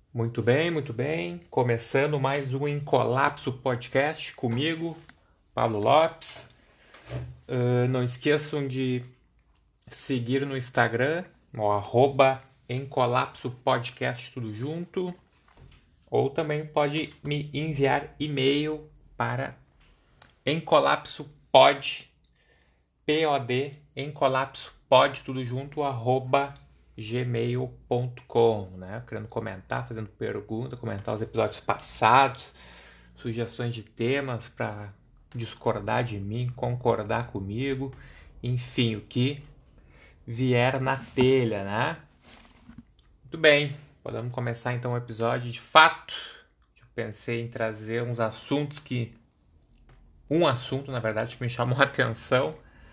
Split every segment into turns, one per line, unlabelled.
Muito bem, muito bem. Começando mais um Em Colapso Podcast comigo, Pablo Lopes. Não esqueçam de seguir no Instagram, no arroba Em Colapso Podcast, tudo junto. Ou também pode me enviar e-mail para emcolapsopod, P-O-D, emcolapsopod, tudo junto, arroba gmail.com, né? Querendo comentar, fazendo pergunta, comentar os episódios passados, sugestões de temas para discordar de mim, concordar comigo, enfim, o que vier na telha, né? Muito bem, podemos começar então o episódio. De fato, eu pensei em trazer uns assuntos um assunto, na verdade, que me chamou a atenção,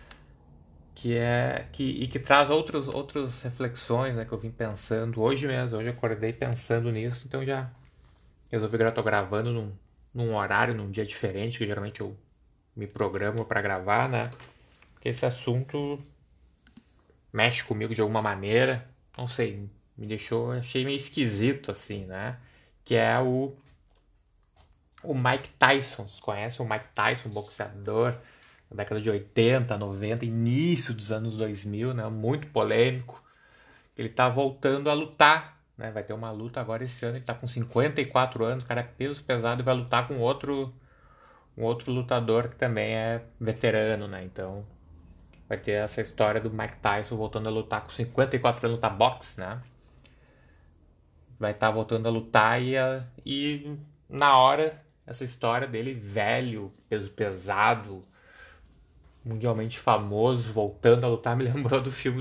que traz outras reflexões, né, que eu vim pensando hoje mesmo. Hoje eu acordei pensando nisso, então já resolvi que eu tô gravando num horário, num dia diferente, que geralmente eu me programo para gravar, né? Porque esse assunto mexe comigo de alguma maneira, não sei, achei meio esquisito assim, né? Que é o Mike Tyson. Você conhece o Mike Tyson, boxeador da década de 80, 90, início dos anos 2000, né? Muito polêmico. Ele tá voltando a lutar, né? Vai ter uma luta agora esse ano. Ele tá com 54 anos, o cara é peso pesado e vai lutar com um outro lutador que também é veterano, né? Então vai ter essa história do Mike Tyson voltando a lutar com 54 anos, lutar boxe, né? Vai estar voltando a lutar e na hora essa história dele velho, peso pesado, mundialmente famoso, voltando a lutar, me lembrou do filme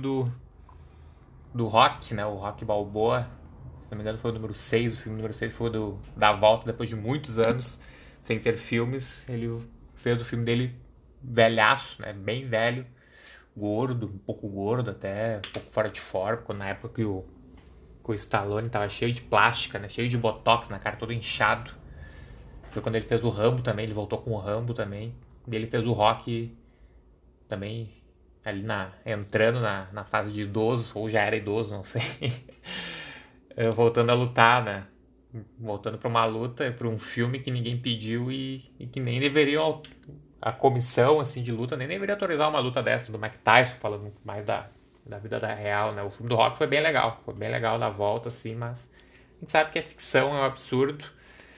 do Rock, né? O Rock Balboa. Se não me engano foi o número 6, o filme número 6 foi da volta depois de muitos anos sem ter filmes. Ele fez o filme dele velhaço, né? Bem velho, gordo, um pouco gordo até, um pouco fora de forma, quando na época que o Stallone tava cheio de plástica, né? Cheio de botox na cara, todo inchado. Foi quando ele fez o Rambo também, ele voltou com o Rambo também. E ele fez o Rock também ali entrando na fase de idoso, ou já era idoso, não sei. Voltando a lutar, né? Voltando pra uma luta, pra um filme que ninguém pediu e que nem deveria. A comissão assim, de luta nem deveria autorizar uma luta dessa do Mike Tyson, falando mais da vida da real, né? O filme do Rock foi bem legal na volta, assim, mas a gente sabe que é ficção, é um absurdo.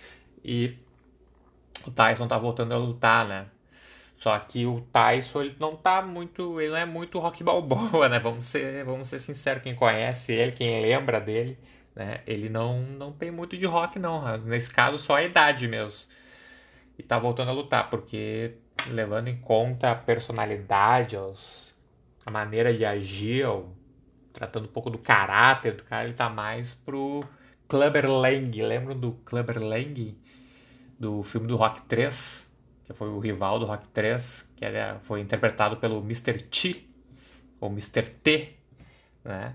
E o Tyson tá voltando a lutar, né? Só que o Tyson, ele não é muito Rock Balboa, né? Vamos ser sinceros, quem conhece ele, quem lembra dele, né? Ele não tem muito de rock, não. Nesse caso, só a idade mesmo. E tá voltando a lutar, porque levando em conta a personalidade, a maneira de agir, tratando um pouco do caráter do cara, ele tá mais pro Clubber Lang. Lembram do Clubber Lang? Do filme do Rock 3, que foi o rival do Rock 3, foi interpretado pelo Mr. T, ou Mr. T, né?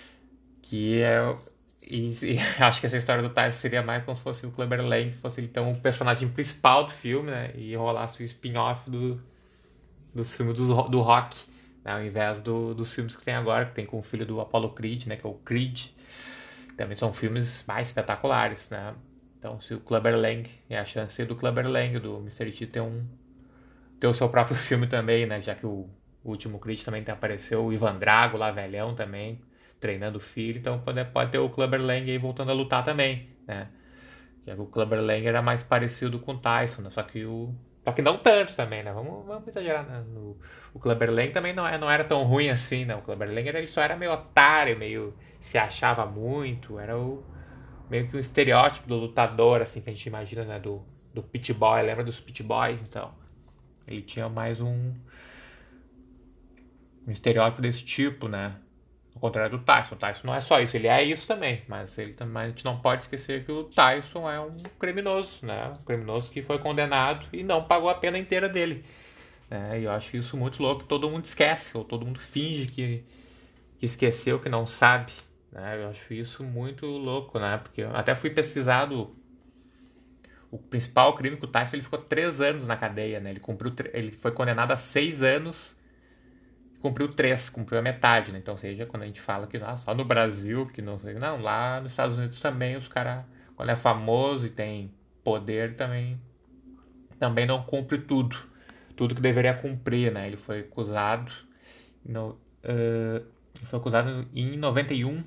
Que é. E acho que essa história do Tyson seria mais como se fosse o Clubber Lang, fosse então o personagem principal do filme, né? E rolasse o spin-off dos filmes do Rock, né? Ao invés dos filmes que tem agora, que tem com o filho do Apollo Creed, né? Que é o Creed. Também são filmes mais espetaculares, né? Então, se o Clubber Lang é a chance do Clubber Lang, do Mr. T, ter o seu próprio filme também, né? Já que o último Creed também apareceu o Ivan Drago lá, velhão também, treinando o filho. Então pode ter o Clubber Lang aí voltando a lutar também, né? Já que o Clubber Lang era mais parecido com o Tyson, né? Só que não tanto também, né? Vamos exagerar, né? O Clubber Lang também não era tão ruim assim, né? O Clubber Lang ele só era meio otário, meio se achava muito, era meio que o estereótipo do lutador, assim, que a gente imagina, né? Do Pit Boy, lembra dos Pit Boys? Então, ele tinha mais um estereótipo desse tipo, né? Ao contrário do Tyson. O Tyson não é só isso, ele é isso também. Mas a gente não pode esquecer que o Tyson é um criminoso, né? Um criminoso que foi condenado e não pagou a pena inteira dele. E eu acho isso muito louco. Todo mundo esquece, ou todo mundo finge que esqueceu, que não sabe. Né? Eu acho isso muito louco, né? Porque eu até fui pesquisado o principal crime que o Tyson ele ficou 3 anos na cadeia, né? Ele foi condenado a 6 anos, cumpriu 3, cumpriu a metade, né? Então, ou seja, quando a gente fala que só no Brasil, que não sei, não, lá nos Estados Unidos também os caras, quando é famoso e tem poder, também não cumpre tudo que deveria cumprir, né? Ele foi acusado, no, uh, foi acusado em 91,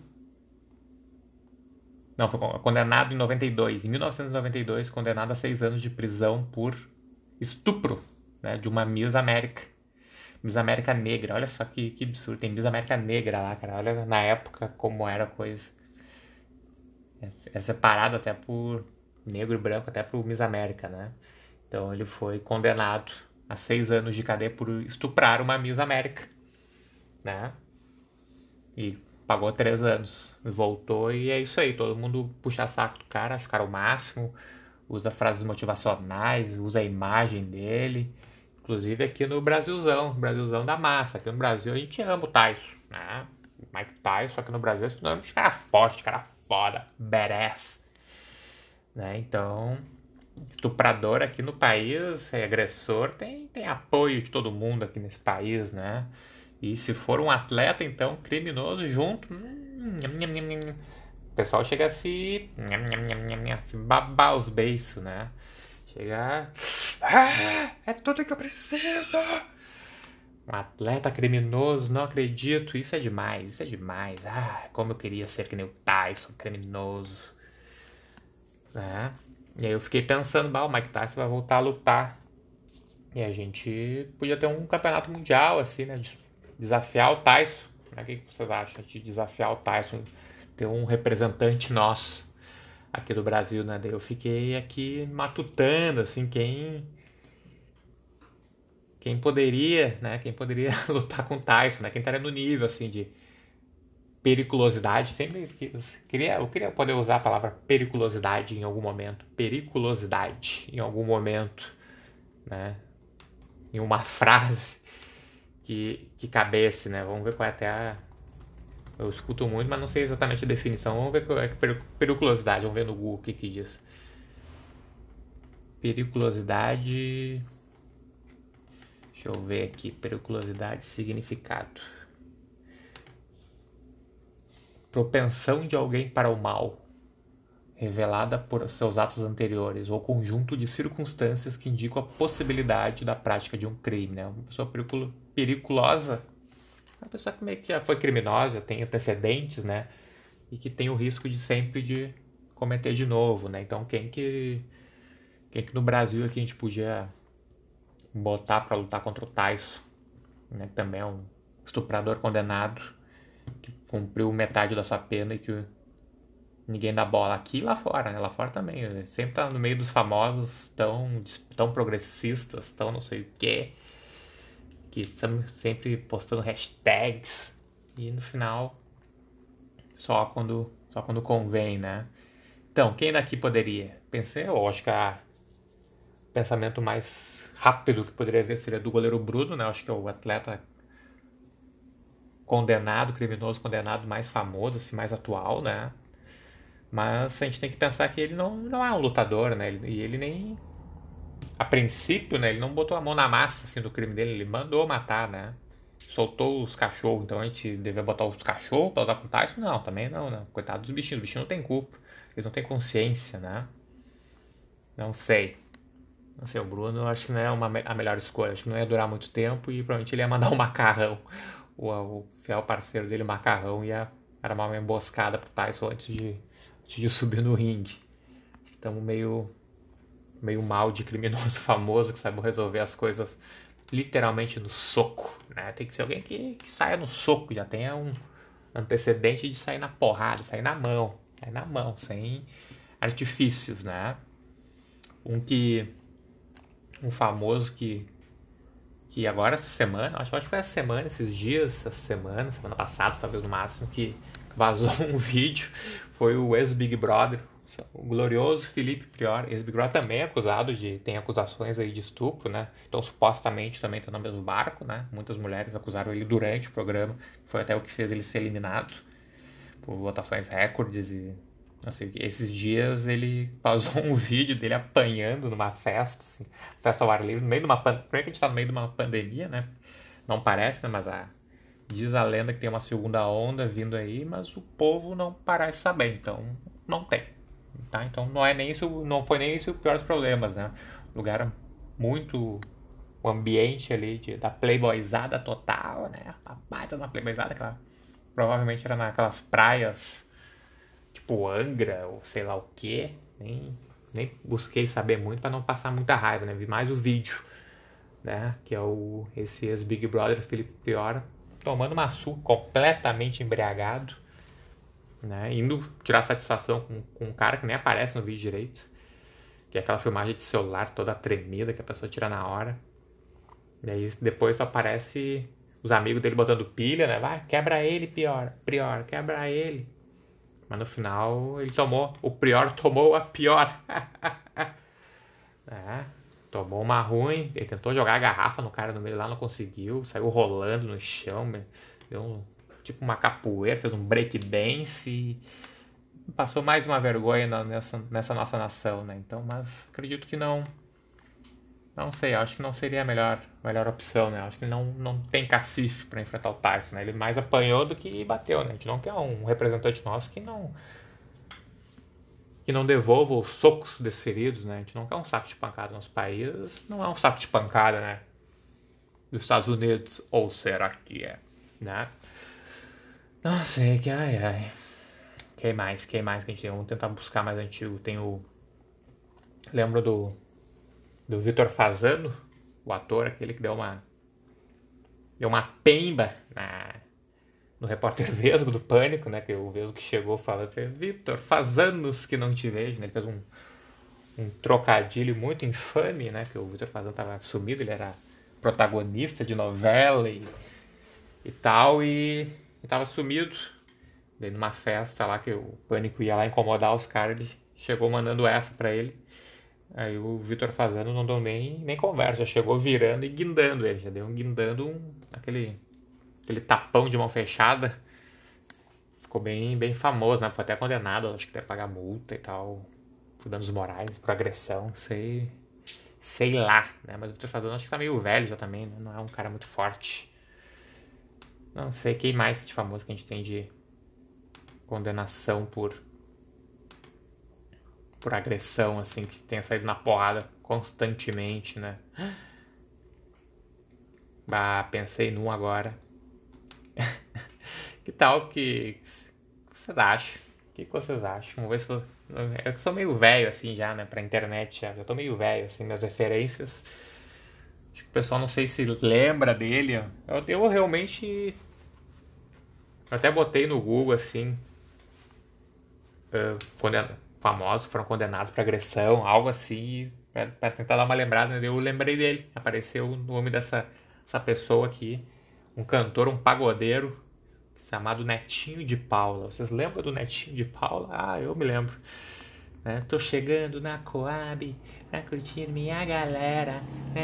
não, foi condenado em 92, em 1992, condenado a 6 anos de prisão por estupro, né, de uma Miss América. Miss América Negra, olha só que absurdo. Tem Miss América Negra lá, cara. Olha na época como era a coisa. É separado até por negro e branco, até por Miss América, né? Então ele foi condenado a 6 anos de cadeia por estuprar uma Miss América, né? E pagou 3 anos. Voltou e é isso aí. Todo mundo puxa saco do cara, acha o cara o máximo. Usa frases motivacionais, usa a imagem dele. Inclusive aqui no Brasilzão da massa. Aqui no Brasil a gente ama o Tyson, né? O Mike Tyson, aqui no Brasil, esse nome de cara forte, cara foda, badass. Né? Então, estuprador aqui no país, agressor, tem apoio de todo mundo aqui nesse país, né? E se for um atleta, então, criminoso junto, o pessoal chega a se babar os beiços, né? Chega. É tudo que eu preciso! Um atleta criminoso, não acredito. Isso é demais, isso é demais. Como eu queria ser que nem o Tyson, criminoso. Né? E aí eu fiquei pensando, o Mike Tyson vai voltar a lutar. E a gente podia ter um campeonato mundial, assim, né? Desafiar o Tyson. Né? O que vocês acham de desafiar o Tyson? Ter um representante nosso aqui do Brasil, né? Daí eu fiquei aqui matutando, assim, quem poderia, né? Quem poderia lutar com o Tyson, né? Quem estaria no nível, assim, de periculosidade. Eu queria poder usar a palavra periculosidade em algum momento. Periculosidade em algum momento, né? Em uma frase que cabesse, né? Vamos ver qual é até a... Eu escuto muito, mas não sei exatamente a definição. Vamos ver qual é a periculosidade. Vamos ver no Google o que diz. Periculosidade... Deixa eu ver aqui. Periculosidade, significado. Propensão de alguém para o mal, revelada por seus atos anteriores, ou conjunto de circunstâncias que indicam a possibilidade da prática de um crime. Né? Uma pessoa periculosa, uma pessoa que meio que já foi criminosa, já tem antecedentes, né? E que tem o risco de sempre de cometer de novo, né? Então quem que no Brasil aqui a gente podia botar para lutar contra o Tyson, né? Que também é um estuprador condenado, que cumpriu metade da sua pena e que ninguém dá bola aqui e lá fora, né? Lá fora também. Sempre tá no meio dos famosos tão progressistas, tão não sei o quê, que estão sempre postando hashtags e no final só quando convém, né? Então, quem daqui poderia? Pensei, eu acho que o pensamento mais rápido que poderia ver seria do goleiro Bruno, né? Eu acho que é o atleta criminoso condenado mais famoso, assim, mais atual, né? Mas a gente tem que pensar que ele não é um lutador, né? E ele nem... A princípio, né? Ele não botou a mão na massa, assim, do crime dele. Ele mandou matar, né? Soltou os cachorros. Então a gente devia botar os cachorros pra lutar com o Tyson? Não, também não, né? Coitado dos bichinhos. Os bichinhos não tem culpa. Eles não têm consciência, né? Não sei. Não sei, o Bruno eu acho que não é a melhor escolha. Acho que não ia durar muito tempo e provavelmente ele ia mandar o Macarrão. O fiel parceiro dele, o Macarrão, ia armar uma emboscada pro Tyson antes de subir no ringue. Estamos meio mal de criminoso famoso que sabe resolver as coisas literalmente no soco, né? Tem que ser alguém que saia no soco, já tenha um antecedente de sair na porrada, sair na mão, sem artifícios, né? Um famoso que agora essa semana, acho que foi essa semana, esses dias, essa semana passada talvez no máximo, que vazou um vídeo, foi o ex-Big Brother, o glorioso Felipe Prior. Ex-Big Brother também é acusado tem acusações aí de estupro, né? Então supostamente também tá no mesmo barco, né? Muitas mulheres acusaram ele durante o programa, foi até o que fez ele ser eliminado por votações recordes e não sei o que. Esses dias ele pausou um vídeo dele apanhando numa festa, assim, festa ao ar livre, no meio de uma pandemia. Primeiro que a gente tá no meio de uma pandemia, né? Não parece, né? Mas Diz a lenda que tem uma segunda onda vindo aí, mas o povo não parece saber, então não tem. Tá? Então não é nem isso, não foi nem isso o pior dos problemas, né? O lugar era muito o ambiente ali da playboyzada total, né? A baita de uma playboyzada, aquela, provavelmente era naquelas praias tipo Angra ou sei lá o que. Nem busquei saber muito para não passar muita raiva, né? Vi mais o vídeo, né? Que é esse ex-Big Brother, Felipe Prior, tomando uma surra completamente embriagado, né? Indo tirar satisfação com um cara que nem aparece no vídeo direito, que é aquela filmagem de celular toda tremida que a pessoa tira na hora. E aí depois só aparece os amigos dele botando pilha, né? Vai, quebra ele, Prior, quebra ele. Mas no final o Prior tomou a pior. É, tomou uma ruim, ele tentou jogar a garrafa no cara no meio lá, não conseguiu, saiu rolando no chão, deu tipo uma capoeira, fez um break dance e passou mais uma vergonha nessa nossa nação, né? Então, mas acredito que não sei, acho que não seria a melhor opção, né? Acho que ele não tem cacife para enfrentar o Tyson, né? Ele mais apanhou do que bateu, né? A gente não quer um representante nosso que não devolva os socos desferidos, né? A gente não quer um saco de pancada no nosso país, não é um saco de pancada, né? Dos Estados Unidos, ou será que é, né? Não sei, que ai ai. Quem mais que a gente tem? Vamos tentar buscar mais antigo. Tem o. Lembro do Vitor Fazano, o ator, aquele que deu uma pemba no repórter Vesgo do Pânico, né? Que o Vesgo chegou falando: Vitor, faz anos que não te vejo, né? Ele fez um trocadilho muito infame, né? Que o Vitor Fazano estava sumido, ele era protagonista de novela e tal, e estava sumido. Daí numa festa lá que o Pânico ia lá incomodar os caras, ele chegou mandando essa pra ele. Aí o Vitor Fazano não deu nem conversa, já chegou virando e guindando ele, já deu um guindando, aquele tapão de mão fechada. Ficou bem famoso, né? Foi até condenado, acho que deve pagar multa e tal, por danos morais, por agressão, sei lá, né? Mas o Vitor Fazano acho que tá meio velho já também, né? Não é um cara muito forte. Não sei quem mais de famoso que a gente tem de condenação por agressão, assim, que tenha saído na porrada constantemente, né? Bah, pensei num agora. Que tal que vocês acham? O que vocês acham? Vamos ver se eu sou meio velho, assim, já, né? Pra internet, já tô meio velho, assim, minhas referências. Acho que o pessoal não sei se lembra dele. Eu realmente. Eu até botei no Google, assim, famosos que foram condenados por agressão, algo assim, pra tentar dar uma lembrada, né? Eu lembrei dele. Apareceu o nome dessa pessoa aqui, um cantor, um pagodeiro, chamado Netinho de Paula. Vocês lembram do Netinho de Paula? Ah, eu me lembro. Né? Tô chegando na Coab pra curtir minha galera.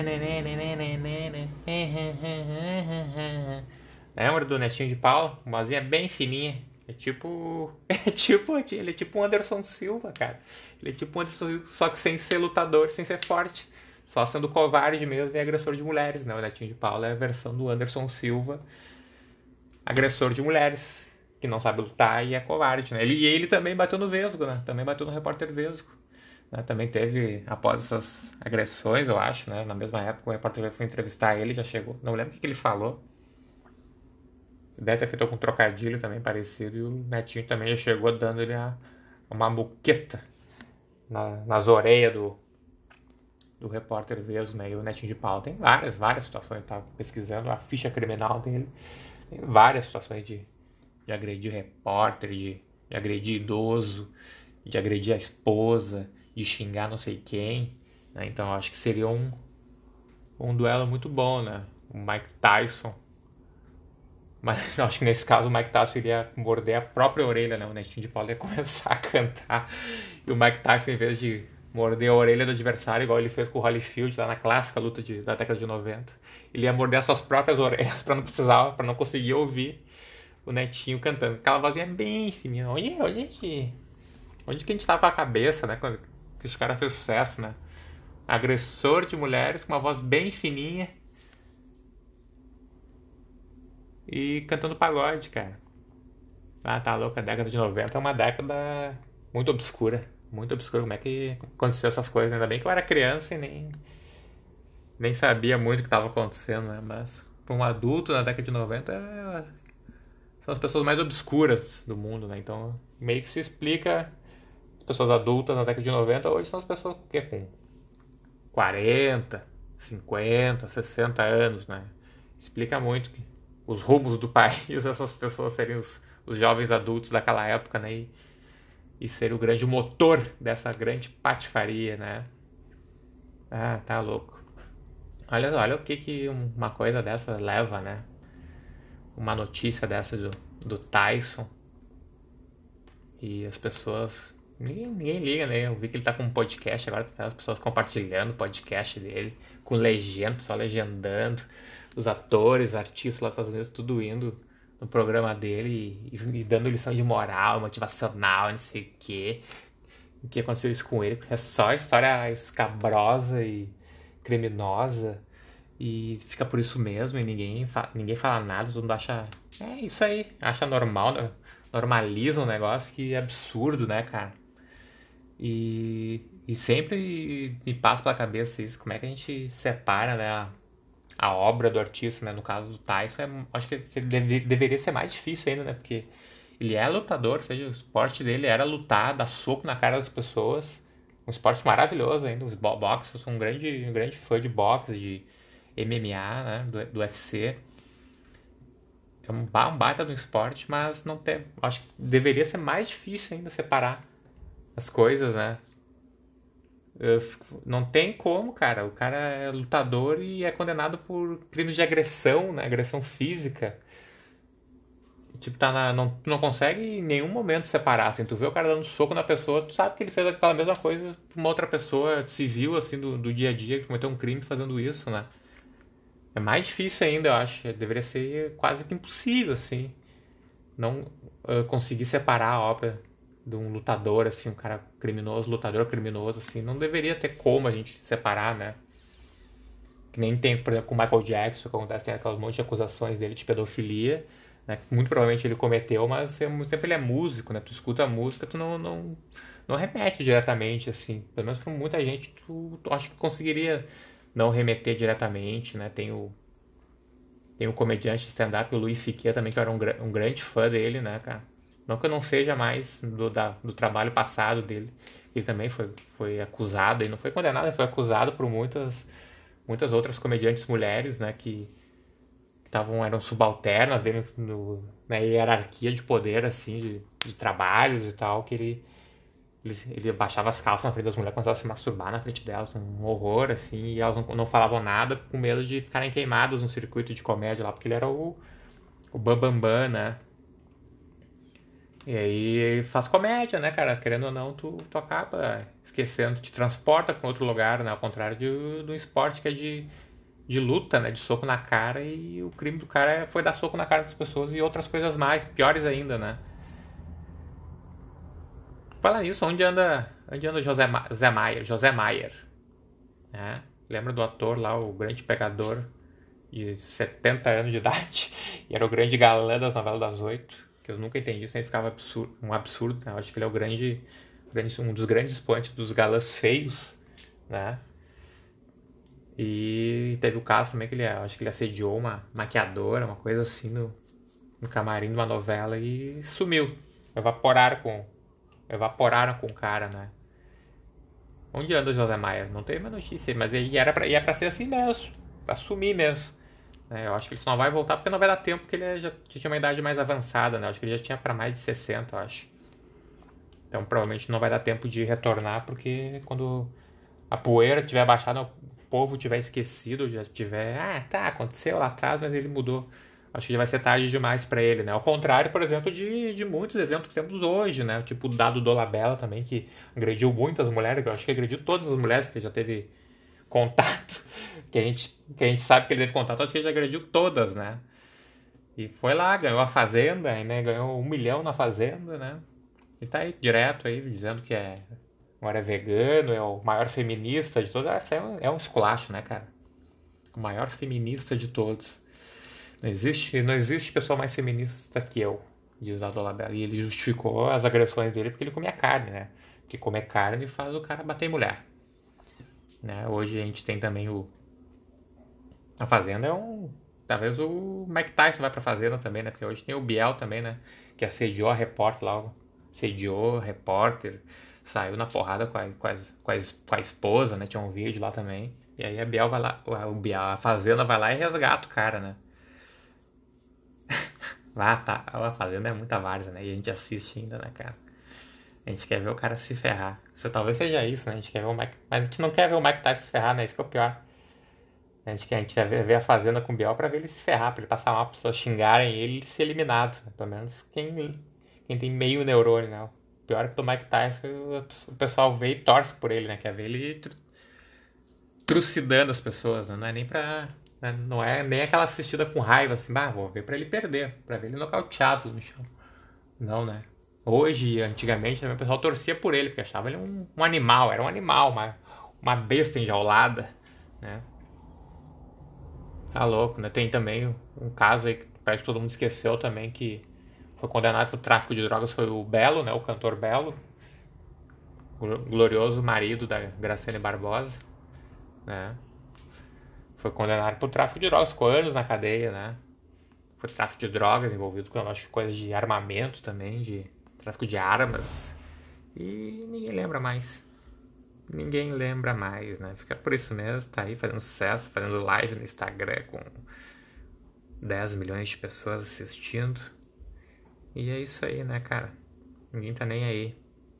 Lembra do Netinho de Paula? Uma vozinha bem fininha. É tipo. Ele é tipo um Anderson Silva, cara. Ele é tipo um Anderson Silva, só que sem ser lutador, sem ser forte. Só sendo covarde mesmo e agressor de mulheres, né? O Netinho de Paula é a versão do Anderson Silva, agressor de mulheres, que não sabe lutar e é covarde, né? Ele também bateu no Vesgo, né? Também bateu no repórter Vesgo. Né? Também teve, após essas agressões, eu acho, né? Na mesma época, o repórter Vesgo foi entrevistar ele, já chegou. Não lembro o que ele falou. Deve ter feito algum trocadilho também parecido. E o Netinho também já chegou dando ele uma muqueta nas orelhas do repórter Vesgo, né? E o Netinho de Paula tem várias situações. Eu tava pesquisando a ficha criminal dele. Tem várias situações de agredir repórter, de agredir idoso, de agredir a esposa, de xingar não sei quem. Né? Então eu acho que seria um duelo muito bom, né? O Mike Tyson. Mas eu acho que nesse caso o Mike Tyson iria morder a própria orelha, né? O Netinho de Paula ia começar a cantar. E o Mike Tyson, em vez de morder a orelha do adversário, igual ele fez com o Holyfield lá na clássica luta da década de 90, ele ia morder as suas próprias orelhas pra não precisar, pra não conseguir ouvir o Netinho cantando. Aquela vozinha bem fininha. Onde que a gente tava com a cabeça, né? Quando esse cara fez sucesso, né? Agressor de mulheres com uma voz bem fininha e cantando pagode, cara. Ah, tá louco, a década de 90 é uma década muito obscura. Muito obscura. Como é que aconteceu essas coisas? Ainda bem que eu era criança e nem sabia muito o que estava acontecendo, né? Mas para um adulto na década de 90 são as pessoas mais obscuras do mundo, né? Então meio que se explica as pessoas adultas na década de 90 hoje são as pessoas que com 40, 50, 60 anos, né? Explica muito os rumos do país, essas pessoas serem os jovens adultos daquela época, né? E ser o grande motor dessa grande patifaria, né? Ah, tá louco. Olha o que uma coisa dessa leva, né? Uma notícia dessa do Tyson e as pessoas. Ninguém liga, né? Eu vi que ele tá com um podcast agora, tá as pessoas compartilhando o podcast dele, com legenda, pessoal legendando, os atores, artistas lá dos Estados Unidos, tudo indo no programa dele e dando lição de moral, motivacional, não sei o que aconteceu isso com ele. É só história escabrosa e criminosa e fica por isso mesmo e ninguém fala nada, todo mundo acha. É isso aí, acha normal, né? Normaliza um negócio que é absurdo, né, cara? E sempre me passa pela cabeça isso, como é que a gente separa, né, a obra do artista, né? No caso do Tyson, acho que deveria ser mais difícil ainda, né? Porque ele é lutador, ou seja, o esporte dele era lutar, dar soco na cara das pessoas. Um esporte maravilhoso ainda, os boxe, eu sou um grande fã de boxe, de MMA, né? Do UFC. É um baita do esporte, mas não tem. Acho que deveria ser mais difícil ainda separar as coisas, né? Não tem como, cara. O cara é lutador e é condenado por crimes de agressão, né? Agressão física. Tipo, tu não consegue em nenhum momento separar, assim. Tu vê o cara dando soco na pessoa, tu sabe que ele fez aquela mesma coisa pra uma outra pessoa civil, assim, do dia a dia, que cometeu um crime fazendo isso, né? É mais difícil ainda, eu acho. Deveria ser quase que impossível, assim. Não conseguir separar a obra de um lutador, assim, um cara criminoso, lutador criminoso, assim. Não deveria ter como a gente separar, né? Que nem tem, por exemplo, com o Michael Jackson, que acontece, tem aquelas monte de acusações dele de pedofilia, né? Que muito provavelmente ele cometeu, mas ao mesmo tempo ele é músico, né? Tu escuta a música, tu não remete diretamente, assim. Pelo menos pra muita gente, tu acho que conseguiria não remeter diretamente, né? Tem o comediante stand-up, o Louis C.K. também, que eu era um grande fã dele, né, cara? Não que eu não seja mais do trabalho passado dele. Ele também foi acusado, e não foi condenado, ele foi acusado por muitas outras comediantes mulheres, né, que eram subalternas dele na hierarquia de poder, assim, de trabalhos e tal, que ele baixava as calças na frente das mulheres, começava a se masturbar na frente delas, um horror, assim, e elas não falavam nada com medo de ficarem queimadas no circuito de comédia lá, porque ele era o Bambambam, né? E aí faz comédia, né, cara? Querendo ou não, tu acaba esquecendo, te transporta para outro lugar, né? Ao contrário do esporte que é de luta, né? De soco na cara, e o crime do cara foi dar soco na cara das pessoas e outras coisas mais, piores ainda, né? Fala nisso, onde anda José Maier, né? Lembra do ator lá, o grande pegador de 70 anos de idade, e era o grande galã das novelas das oito, que eu nunca entendi, sempre ficava um absurdo, né? Eu acho que ele é um dos grandes expoentes dos galãs feios, né? E teve o caso também que acho que ele assediou uma maquiadora, uma coisa assim, no camarim de uma novela e sumiu. Evaporaram com o cara, né? Onde anda o José Maia? Não tem mais notícia, mas ele ia pra ser assim mesmo, pra sumir mesmo. Eu acho que ele só não vai voltar porque não vai dar tempo, porque ele já tinha uma idade mais avançada, né? Eu acho que ele já tinha pra mais de 60, eu acho. Então provavelmente não vai dar tempo de retornar, porque quando a poeira tiver baixado, o povo tiver esquecido, já tiver, ah, tá, aconteceu lá atrás, mas ele mudou. Acho que já vai ser tarde demais pra ele, né? Ao contrário, por exemplo, de muitos exemplos que temos hoje, né? Tipo o Dado Dolabella também, que agrediu muitas mulheres, eu acho que agrediu todas as mulheres, porque já teve contato, que a gente sabe que ele teve contato, acho que ele já agrediu todas, né? E foi lá, ganhou a Fazenda, né? Ganhou 1 milhão na Fazenda, né? E tá aí direto aí, dizendo que agora é vegano, é o maior feminista de todos. Isso é um esculacho, né, cara? O maior feminista de todos. Não existe pessoa mais feminista que eu, diz a Dolabella. E ele justificou as agressões dele porque ele comia carne, né? Porque comer carne faz o cara bater em mulher. Né? Hoje a gente tem também o... A Fazenda é um... Talvez o Mike Tyson vai pra Fazenda também, né? Porque hoje tem o Biel também, né? Que assediou a repórter lá. Assediou a repórter. Saiu na porrada com a esposa, né? Tinha um vídeo lá também. E aí a Biel vai lá... a Fazenda vai lá e resgata o cara, né? Ah, tá. A Fazenda é muita várzea, né? E a gente assiste ainda, né, cara? A gente quer ver o cara se ferrar. Talvez seja isso, né? A gente quer ver o Mike... Mas a gente não quer ver o Mike Tyson se ferrar, né? Isso que é o pior. A gente quer ver a Fazenda com o Biel pra ver ele se ferrar, pra ele passar mal, pessoas xingarem ele e ele ser eliminado. Né? Pelo menos quem tem meio neurônio, né? O pior é que do Mike Tyson o pessoal vê e torce por ele, né? Quer ver ele trucidando as pessoas, né? Não é nem pra... Né? Não é nem aquela assistida com raiva, assim, vou ver pra ele perder, pra ver ele nocauteado no chão. Não, né? Hoje, antigamente, o pessoal torcia por ele, porque achava ele um animal, era um animal, uma besta enjaulada, né? Tá louco, né? Tem também um caso aí que parece que todo mundo esqueceu também, que foi condenado por tráfico de drogas, foi o Belo, né? O cantor Belo, o glorioso marido da Graciane Barbosa, né? Foi condenado por tráfico de drogas, ficou anos na cadeia, né? Foi tráfico de drogas envolvido com, acho que coisas de armamento também, de tráfico de armas. E ninguém lembra mais. Ninguém lembra mais, né? Fica por isso mesmo, tá aí fazendo sucesso, fazendo live no Instagram com 10 milhões de pessoas assistindo. E é isso aí, né, cara? Ninguém tá nem aí.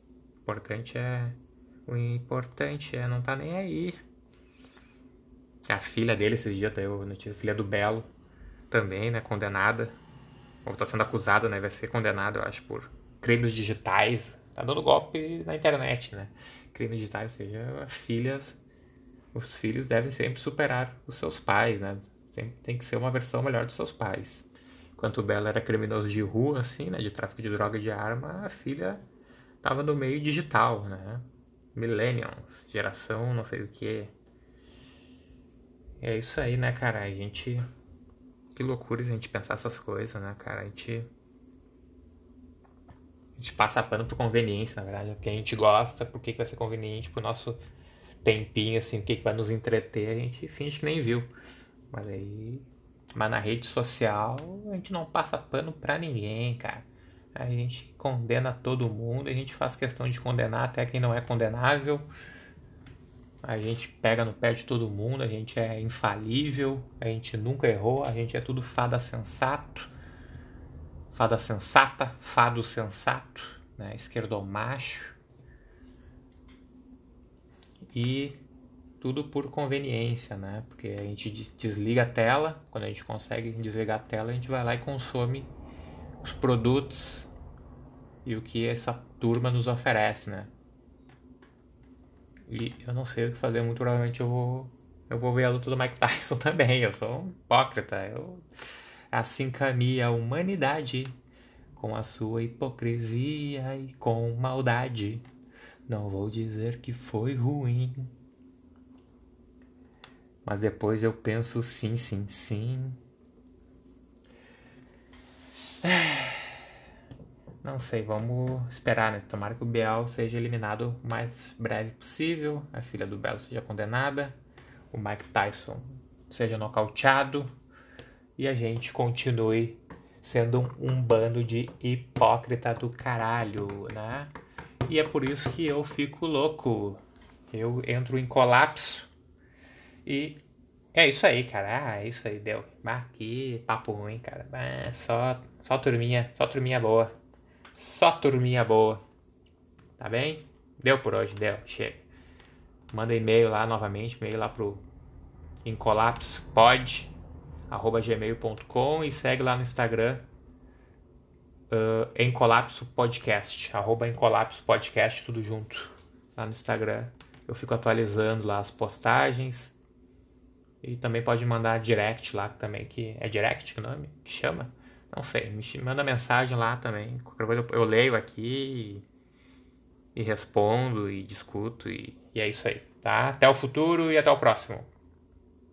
O importante é não tá nem aí. A filha dele esses dias, tá aí, a notícia, a filha do Belo, também, né, condenada. Ou tá sendo acusada, né, vai ser condenada, eu acho, por crimes digitais. Tá dando golpe na internet, né? Crimes digitais, ou seja, os filhos devem sempre superar os seus pais, né? Sempre tem que ser uma versão melhor dos seus pais. Enquanto o Belo era criminoso de rua, assim, né, de tráfico de droga e de arma, a filha tava no meio digital, né? Millennials, geração não sei o que. É isso aí, né, cara? A gente... Que loucura a gente pensar essas coisas, né, cara? A gente passa pano por conveniência, na verdade. Porque a gente gosta, porque vai ser conveniente pro nosso tempinho, assim, o que vai nos entreter, a gente finge que nem viu. Mas na rede social, a gente não passa pano pra ninguém, cara. A gente condena todo mundo, a gente faz questão de condenar até quem não é condenável. A gente pega no pé de todo mundo, a gente é infalível, a gente nunca errou, a gente é tudo fada sensato, fada sensata, fado sensato, né? Esquerdomacho. E tudo por conveniência, né? Porque a gente desliga a tela, quando a gente consegue desligar a tela, a gente vai lá e consome os produtos e o que essa turma nos oferece, né? E eu não sei o que fazer, muito provavelmente eu vou ver a luta do Mike Tyson também. Eu sou um hipócrita. Assim caminha a humanidade, com a sua hipocrisia e com maldade. Não vou dizer que foi ruim, mas depois eu penso sim, sim, sim. Não sei, vamos esperar, né? Tomara que o Biel seja eliminado o mais breve possível, a filha do Belo seja condenada, o Mike Tyson seja nocauteado e a gente continue sendo um bando de hipócrita do caralho, né? E é por isso que eu fico louco. Eu entro em colapso e é isso aí, cara. É isso aí, deu. Que papo ruim, cara. Só turminha boa. Só turminha boa. Tá bem? Deu por hoje, deu. Chega. Manda e-mail lá novamente, e-mail lá pro incolapsopod@gmail.com e segue lá no Instagram em Colapso Podcast, @em Colapso Podcast, tudo junto lá no Instagram. Eu fico atualizando lá as postagens e também pode mandar direct lá também, que é direct que nome que chama? Não sei, me manda mensagem lá também. Qualquer coisa eu leio aqui e respondo e discuto e é isso aí, tá? Até o futuro e até o próximo.